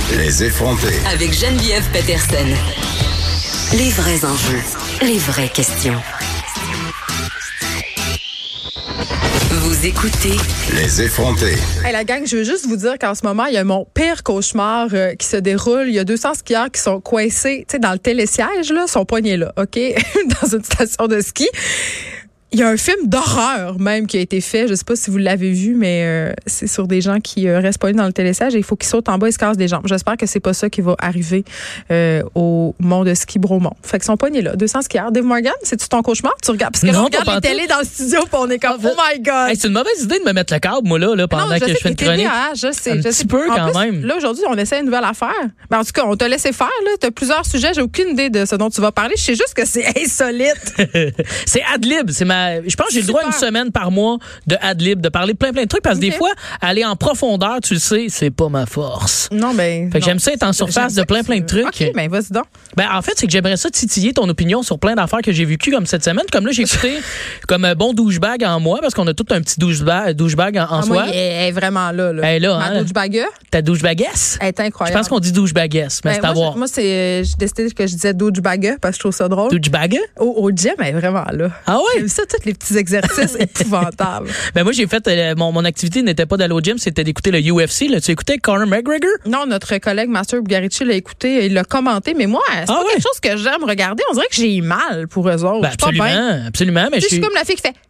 Les effrontés. Avec Geneviève Peterson. Les vrais enjeux, les vraies questions. Vous écoutez Les effrontés. Hey, la gang, je veux juste vous dire qu'en ce moment, il y a mon pire cauchemar qui se déroule. Il y a 200 skieurs qui sont coincés, tu sais, dans le télésiège, là, sont poignés là, OK? Dans une station de ski. Il y a un film d'horreur même qui a été fait. Je sais pas si vous l'avez vu, mais c'est sur des gens qui restent poignés dans le télésiège et il faut qu'ils sautent en bas et se cassent des jambes. J'espère que c'est pas ça qui va arriver au mont de ski Bromont. Fait qu'ils sont poignés là. 200 skieurs. Dave Morgan, c'est-tu ton cauchemar? Tu regardes, parce que là, on regarde les télés dans le studio puis on est comme, oh my God! Hey, c'est une mauvaise idée de me mettre le câble, moi, là pendant que je fais une chronique. Je sais. Un petit peu, quand même. Là, aujourd'hui, on essaie une nouvelle affaire. Ben, en tout cas, on t'a laissé faire, là. T'as plusieurs sujets. J'ai aucune idée de ce dont tu vas parler. Je sais juste que c'est insolite. C'est ad-lib. Je pense que j'ai le droit une semaine par mois de ad-lib, de parler de plein de trucs, parce que des fois, aller en profondeur, tu le sais, c'est pas ma force. Non, ben. Fait que j'aime ça être en surface de plein de trucs. OK, ben, vas-y donc. Ben, en fait, c'est que j'aimerais ça titiller ton opinion sur plein d'affaires que j'ai vécues comme cette semaine. Comme là, j'ai écouté comme un bon douchebag en moi, parce qu'on a tout un petit douchebag en soi. Moi, elle est vraiment là. Elle est là, ma douchebag. Ta douchebaguesse? Elle est incroyable. Je pense qu'on dit douchebaguesse, mais c'est à voir. Moi, j'ai décidé que je disais douchebag parce que je trouve ça drôle. Douchebag? Au gym, elle est vraiment là. Ah ouais? J'aime ça, tous les petits exercices épouvantables. Ben moi, j'ai fait, mon activité n'était pas d'aller au gym, c'était d'écouter le UFC. Là. Tu écoutais Conor McGregor? Non, notre collègue Master Bugarici l'a écouté et il l'a commenté, mais moi, c'est pas quelque chose que j'aime regarder. On dirait que j'ai mal pour eux autres. Ben, absolument. Mais je suis comme la fille qui fait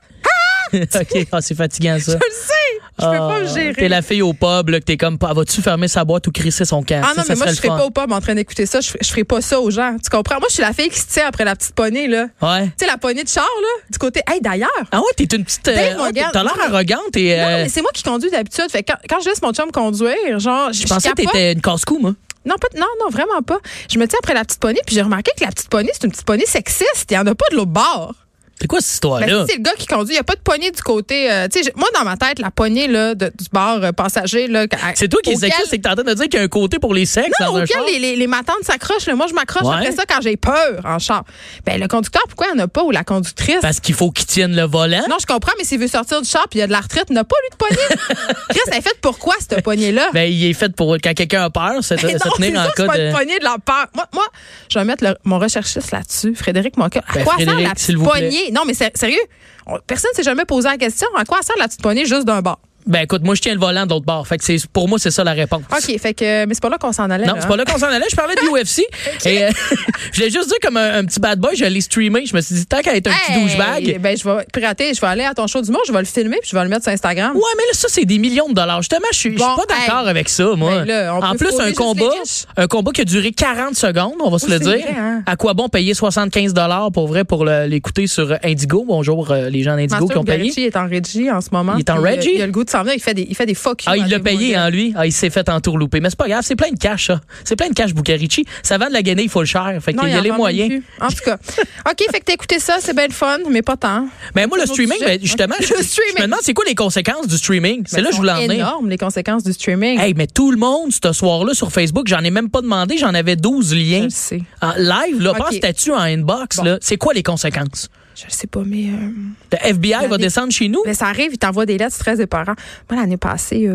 OK, c'est fatigant, ça. Je le sais. Je peux pas me gérer. T'es la fille au pub, là, que t'es comme, vas-tu fermer sa boîte ou crisser son camp? Ah non, mais moi, je serais pas au pub en train d'écouter ça. Je ferais pas ça aux gens. Tu comprends? Moi, je suis la fille qui se tient après la petite poignée, là. Ouais. Tu sais, la poignée de char, là, du côté. Hey, d'ailleurs. Ah ouais, t'es une petite. T'as l'air arrogante et. Non, mais c'est moi qui conduis d'habitude. Fait que quand je laisse mon chum conduire, genre, je pensais que t'étais une casse-cou, moi. Non, vraiment pas. Je me tiens après la petite poignée, puis j'ai remarqué que la petite poignée, c'est une petite poignée sexiste. Il y en a pas de l'autre bord. C'est quoi cette histoire-là? Ben, c'est le gars qui conduit. Il n'y a pas de poignée du côté. Moi, dans ma tête, la poignée là, du bar passager. Là, c'est toi qui es sexiste, c'est que t'es en train de dire qu'il y a un côté pour les sexes. Non, dans un auquel char. les matantes s'accrochent. Là. Moi, je m'accroche après ça quand j'ai peur en char. Ben, le conducteur, pourquoi il n'y en a pas? Ou la conductrice? Parce qu'il faut qu'il tienne le volant. Non, je comprends, mais s'il veut sortir du char puis il y a de la retraite, il n'a pas, lui, de poignée. Chris, elle est faite pour quoi, cette poignée-là? Ben, il est fait pour quand quelqu'un a peur, se tenir en cas de. C'est pas une poignée de la peur. Moi, je vais mettre mon recherchiste là-dessus, Frédéric Monca. À quoi sert la petite poignée? Non, mais sérieux? Personne ne s'est jamais posé la question. À quoi sert la petite poignée juste d'un bord? Ben écoute, moi je tiens le volant de l'autre bord. Fait que pour moi c'est ça la réponse. OK, fait que mais c'est pas là qu'on s'en allait. Non, c'est pas là qu'on s'en allait, je parlais de UFC. Et je l'ai juste dit comme un petit bad boy, je l'ai streamé, je me suis dit tant qu'à être un petit douchebag. Ben je vais pirater, je vais aller à ton show du monde, je vais le filmer puis je vais le mettre sur Instagram. Ouais, mais là ça c'est des millions de dollars. Justement, je suis pas d'accord avec ça moi. Là, en plus un combat qui a duré 40 secondes, on va se le dire. Vrai, hein? À quoi bon payer 75 $ pour l'écouter sur Indigo? Bonjour les gens d'Indigo Master qui ont payé. Il est en régie en ce moment. Il est en régie. Il a le goût de s'en venir, il fait des fuck you. Ah, il l'a payé, hein, lui? Ah, il s'est fait entourlouper. Mais c'est pas grave, c'est plein de cash, ça. C'est plein de cash, Bugarici. Ça vend de la gainer, il faut le cher. Fait qu'il y a les moyens. En tout cas. OK, fait que t'as écouté ça, c'est bien le fun, mais pas tant. Mais moi, le streaming, justement, je me demande c'est quoi les conséquences du streaming? C'est là que je voulais en venir. C'est énorme, les conséquences du streaming. Hey, mais tout le monde, ce soir-là, sur Facebook, j'en ai même pas demandé, j'en avais 12 liens. Je le sais. En live, là, pas statut en inbox, là. C'est quoi les conséquences? Je ne sais pas, mais... Le FBI va descendre chez nous? Mais ça arrive, il t'envoie des lettres très épeurants. Moi, l'année passée,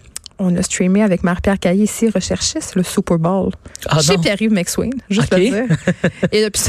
on a streamé avec Marie-Pierre Caillé ici, recherchiste, le Super Bowl. Chez Pierre-Yves McSween, juste le dire. Et depuis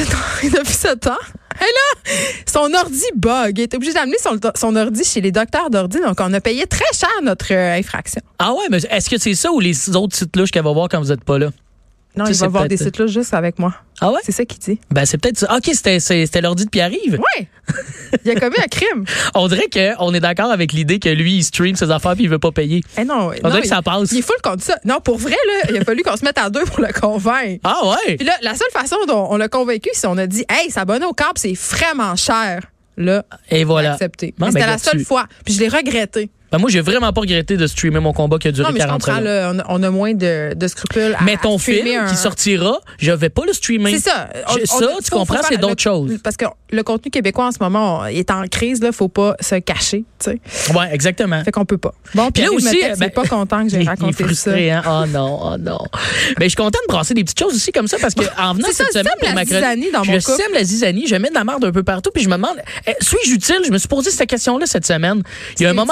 7 ans, et là, son ordi bug. Il est obligé d'amener son ordi chez les docteurs d'ordi. Donc, on a payé très cher notre infraction. Ah ouais, mais est-ce que c'est ça ou les autres sites-là qu'elle va voir quand vous n'êtes pas là? Non, il va voir des sites-là juste avec moi. Ah ouais? C'est ça qu'il dit. Ben, c'est peut-être ça. OK, c'était l'ordi de Pierre-Yves. Oui. Il a commis un crime. On dirait qu'on est d'accord avec l'idée que lui, il stream ses affaires puis il veut pas payer. Eh non. On dirait que ça passe. Il est full contre ça. Non, pour vrai, là, il a fallu qu'on se mette à deux pour le convaincre. Ah ouais? Puis là, la seule façon dont on l'a convaincu, c'est qu'on a dit, hey, s'abonner au câble, c'est vraiment cher. Là, et voilà. Accepté. Mais c'était la seule fois. Puis je l'ai regretté. Ben moi, j'ai vraiment pas regretté de streamer mon combat qui a duré 40 secondes. Là, on a moins de scrupules à mais ton film qui sortira, je vais pas le streamer. C'est ça. Tu comprends, c'est d'autres choses. Parce que le contenu québécois en ce moment il est en crise, là, faut pas se cacher, tu sais. Ouais, exactement. Fait qu'on peut pas. Bon, puis là aussi, c'est pas content que j'ai raconté il est frustré, ça. Hein? Oh non. Mais je suis content de brasser des petites choses aussi comme ça parce que en venant cette semaine pour ma chronique, je sème la zizanie, je mets de la merde un peu partout puis je me demande, suis-je utile? Je me suis posé cette question-là cette semaine. Il y a un moment donné,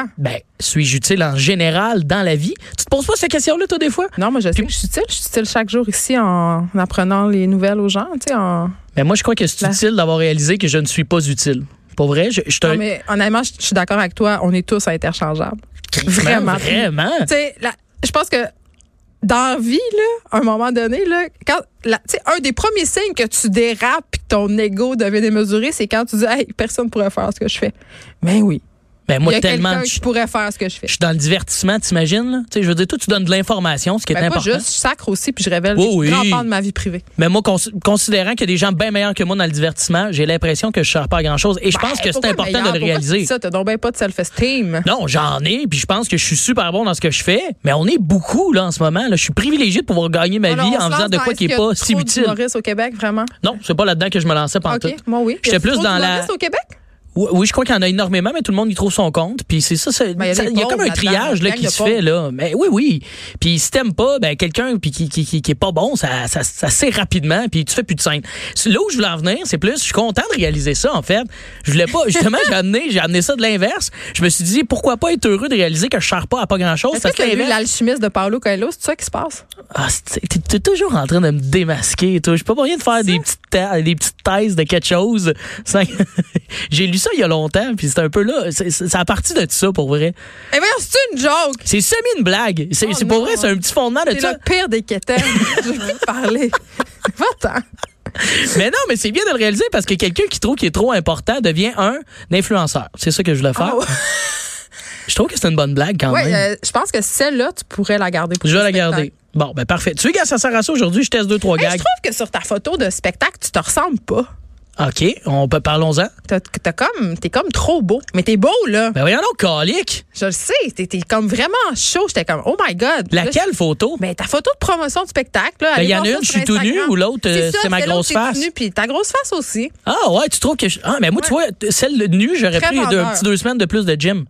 Ben, suis-je utile en général dans la vie? Tu te poses pas cette question-là, toi, des fois? Non, moi, je sais que je suis utile. Je suis utile chaque jour ici en apprenant les nouvelles aux gens, tu sais, Ben, moi, je crois que c'est utile d'avoir réalisé que je ne suis pas utile. Pour vrai, non, mais honnêtement, je suis d'accord avec toi. On est tous interchangeables. Vraiment. Vraiment. Tu sais, je pense que dans la vie, là, à un moment donné, là, un des premiers signes que tu dérapes et que ton ego devient démesuré, c'est quand tu dis, hey, personne ne pourrait faire ce que je fais. Ben oui. Ben moi, il y a tellement. quelqu'un qui pourrait faire ce que je fais. Je suis dans le divertissement, t'imagines? Là? Tu sais, je veux dire, toi, tu donnes de l'information, ce qui est important. Pas juste, je sacre aussi, puis je révèle des grands pans de ma vie privée. Mais moi, considérant qu'il y a des gens bien meilleurs que moi dans le divertissement, j'ai l'impression que je ne sers pas à grand-chose. Et je pense que c'est important de le réaliser. Tu ça, t'as donc bien pas de self-esteem. Non, j'en ai, puis je pense que je suis super bon dans ce que je fais. Mais on est beaucoup, là, en ce moment. Là. Je suis privilégié de pouvoir gagner ma vie en faisant de quoi qui n'est pas si utile. Au Québec, vraiment? Non, c'est pas là-dedans que je me lançais pantoute. OK, moi, oui. J'étais plus dans la. Au Québec? Oui, je crois qu'il y en a énormément, mais tout le monde y trouve son compte. Puis c'est ça, il y a comme un triage là, qui se fait là. Mais oui. Puis si t'aimes pas, ben quelqu'un puis qui est pas bon, ça sert rapidement. Puis tu fais plus de scène. Là où je voulais en venir, c'est plus, je suis content de réaliser ça en fait. Je voulais pas, justement, j'ai amené ça de l'inverse. Je me suis dit pourquoi pas être heureux de réaliser que je sers pas à pas grand chose. Est-ce que tu as lu L'Alchimiste de Paulo Coelho, c'est ça qui se passe? Ah, t'es toujours en train de me démasquer, toi. Je peux pas rien de faire des petites thèses de quelque chose. J'ai lu ça il y a longtemps, puis c'est un peu là. C'est à partir de ça, pour vrai. Eh bien, c'est une joke! C'est semi une blague. C'est pour vrai, c'est un petit fondement de ça. C'est le pire des quétaines. Je veux plus parler. Va-t'en. Mais non, mais c'est bien de le réaliser parce que quelqu'un qui trouve qu'il est trop important devient un influenceur. C'est ça que je voulais faire. Je trouve que c'est une bonne blague quand même. Je pense que celle-là, tu pourrais la garder pour Je vais la garder. Bon, ben parfait. Tu sais, gars, ça sert à ça aujourd'hui. Je teste 2-3 gags. Je trouve que sur ta photo de spectacle, tu te ressembles pas. OK, parlons-en. T'es comme trop beau. Mais t'es beau, là. Ben voyons donc, calique. Je le sais, t'es comme vraiment chaud. J'étais comme, oh my God. Laquelle photo? Ben, ta photo de promotion de spectacle, là. Il y en a une, je suis tout nu, ou l'autre, c'est ma grosse face. Puis ta grosse face aussi. Ah ouais, tu trouves que... Ah, mais moi, tu vois, celle de nu, j'aurais pris un petit 2 semaines de plus de gym.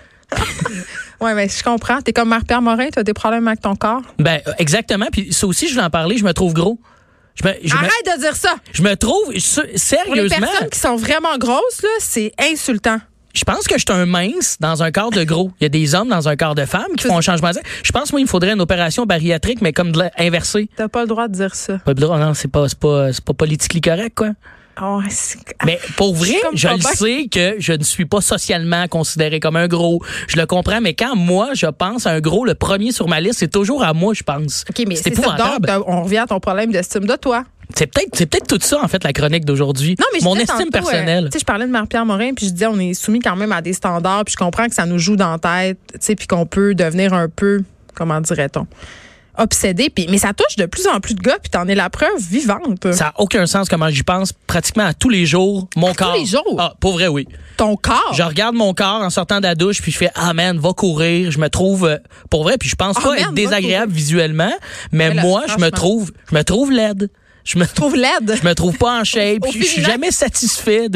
Oui, mais je comprends. T'es comme Marie-Pierre Morin, tu as des problèmes avec ton corps. Ben, exactement. Puis ça aussi, je voulais en parler, je me trouve gros. Arrête de dire ça! Je me trouve, sérieusement... Pour les personnes qui sont vraiment grosses, là, c'est insultant. Je pense que je suis un mince dans un corps de gros. Il y a des hommes dans un corps de femme qui font un changement de sexe. Je pense, moi, il me faudrait une opération bariatrique, mais comme inversée. T'as pas le droit de dire ça. Pas le droit, non, c'est pas politiquement correct, quoi. Oh, mais pour vrai, je le sais que je ne suis pas socialement considéré comme un gros. Je le comprends, mais quand moi, je pense à un gros, le premier sur ma liste, c'est toujours à moi, je pense. OK, mais c'est épouvantable. Ça, donc, on revient à ton problème d'estime de toi. C'est peut-être tout ça, en fait, la chronique d'aujourd'hui. Non, mais mon estime personnelle. Tu sais, je parlais de Marie-Pierre Morin, puis je disais, on est soumis quand même à des standards, puis je comprends que ça nous joue dans la tête, tu sais, puis qu'on peut devenir un peu, comment dirait-on, obsédé, mais ça touche de plus en plus de gars, puis t'en es la preuve vivante. Ça n'a aucun sens comment j'y pense pratiquement à tous les jours. Mon corps. Tous les jours? Ah, pour vrai, oui. Ton corps? Je regarde mon corps en sortant de la douche, puis je fais, ah man, va courir. Je me trouve, pour vrai, puis je pense pas être désagréable visuellement, mais moi, je me trouve laide. Je me trouve laide. Je me trouve pas en shape. Je suis jamais satisfait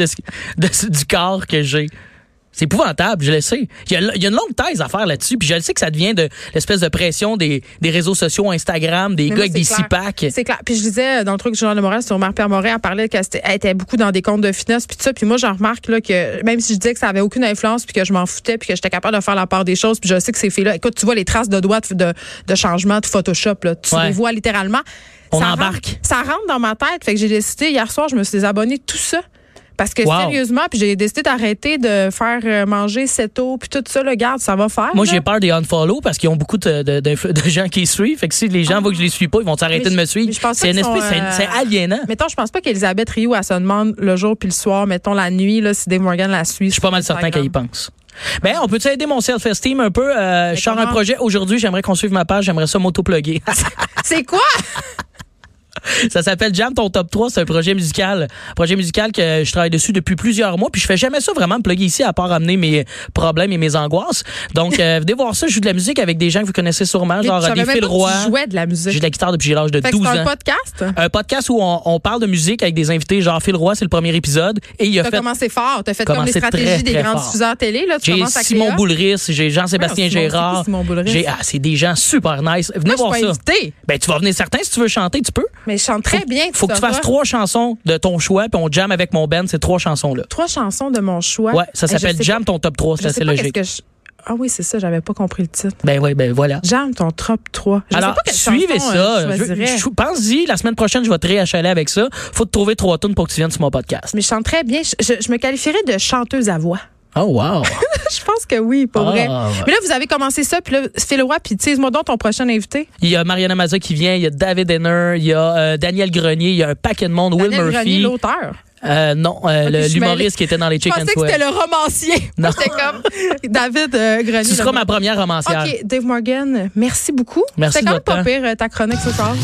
du corps que j'ai. C'est épouvantable, je le sais. Il y a une longue thèse à faire là-dessus, puis je le sais que ça devient de l'espèce de pression des réseaux sociaux, Instagram, des gars avec des six-packs. C'est clair. Puis je disais dans le truc du Journal de Montréal sur Marie-Pierre Morin, elle parlait qu'elle était beaucoup dans des comptes de fitness, puis tout ça. Puis moi, j'en remarque là, que même si je disais que ça avait aucune influence, puis que je m'en foutais, puis que j'étais capable de faire la part des choses, puis je sais que ces filles-là, écoute, tu vois les traces de doigts de changement de Photoshop, là, tu les vois littéralement. On embarque. Ça rentre dans ma tête. Fait que j'ai décidé, hier soir, je me suis désabonnée de tout ça. Parce que sérieusement, puis j'ai décidé d'arrêter de faire manger Seto, puis tout ça, le garde, ça va faire. Moi, j'ai peur des unfollow parce qu'ils ont beaucoup de gens qui suivent. Fait que si les gens voient que je les suis pas, ils vont s'arrêter de me suivre. C'est aliénant. Mettons, je pense pas qu'Elisabeth Rioux, elle se demande le jour puis le soir, mettons la nuit, là, si Dave Morgan la suit. Je suis pas mal certain qu'elle y pense. Ben, on peut-tu aider mon self-esteem un peu? Je sors un projet aujourd'hui, j'aimerais qu'on suive ma page, j'aimerais ça m'auto-plugger. C'est quoi? Ça s'appelle Jam ton top 3, c'est un projet musical. Projet musical que je travaille dessus depuis plusieurs mois, puis je fais jamais ça vraiment me plugger ici à part amener mes problèmes et mes angoisses. Donc venez voir ça, je joue de la musique avec des gens que vous connaissez sûrement, genre des Phil Roy. Tu jouais de la musique. J'ai de la guitare depuis l'âge de 12 ans. C'est un podcast? Un podcast où on parle de musique avec des invités, genre Phil Roy, c'est le premier épisode et il a fait commencé fort, t'as fait comme les stratégies des grands diffuseurs télé là, j'ai Simon Boulris, j'ai Jean-Sébastien Gérard. C'est des gens super nice. Venez voir ça. Ben tu vas venir certain si tu veux chanter, tu peux. Mais je chante très bien. Faut que tu fasses 3 chansons de ton choix, puis on jam avec mon band, ces 3 chansons-là. 3 chansons de mon choix. Ouais, ça s'appelle Jam ton top 3, c'est assez logique. Ah oui, c'est ça, j'avais pas compris le titre. Ben oui, ben voilà. J'aime ton top 3. Alors, suivez ça. Pense-y, la semaine prochaine, je vais te réachaler avec ça. Faut te trouver 3 tunes pour que tu viennes sur mon podcast. Mais je chante très bien. Je me qualifierais de chanteuse à voix. Oh, wow. Je pense que oui, pour vrai. Mais là, vous avez commencé ça, puis là, Phil Roy, puis tease-moi donc ton prochain invité. Il y a Mariana Mazza qui vient, il y a David Henner, il y a Daniel Grenier, il y a un paquet de monde, Will Murphy. Daniel Grenier, l'auteur. Non, l'humoriste qui était dans les Chicken Sweat. Je pensais que c'était le romancier. Non. C'était comme David Grenier. Tu seras ma première romancière. OK, Dave Morgan, merci beaucoup. Merci. C'était quand même pas pire ta chronique ce soir.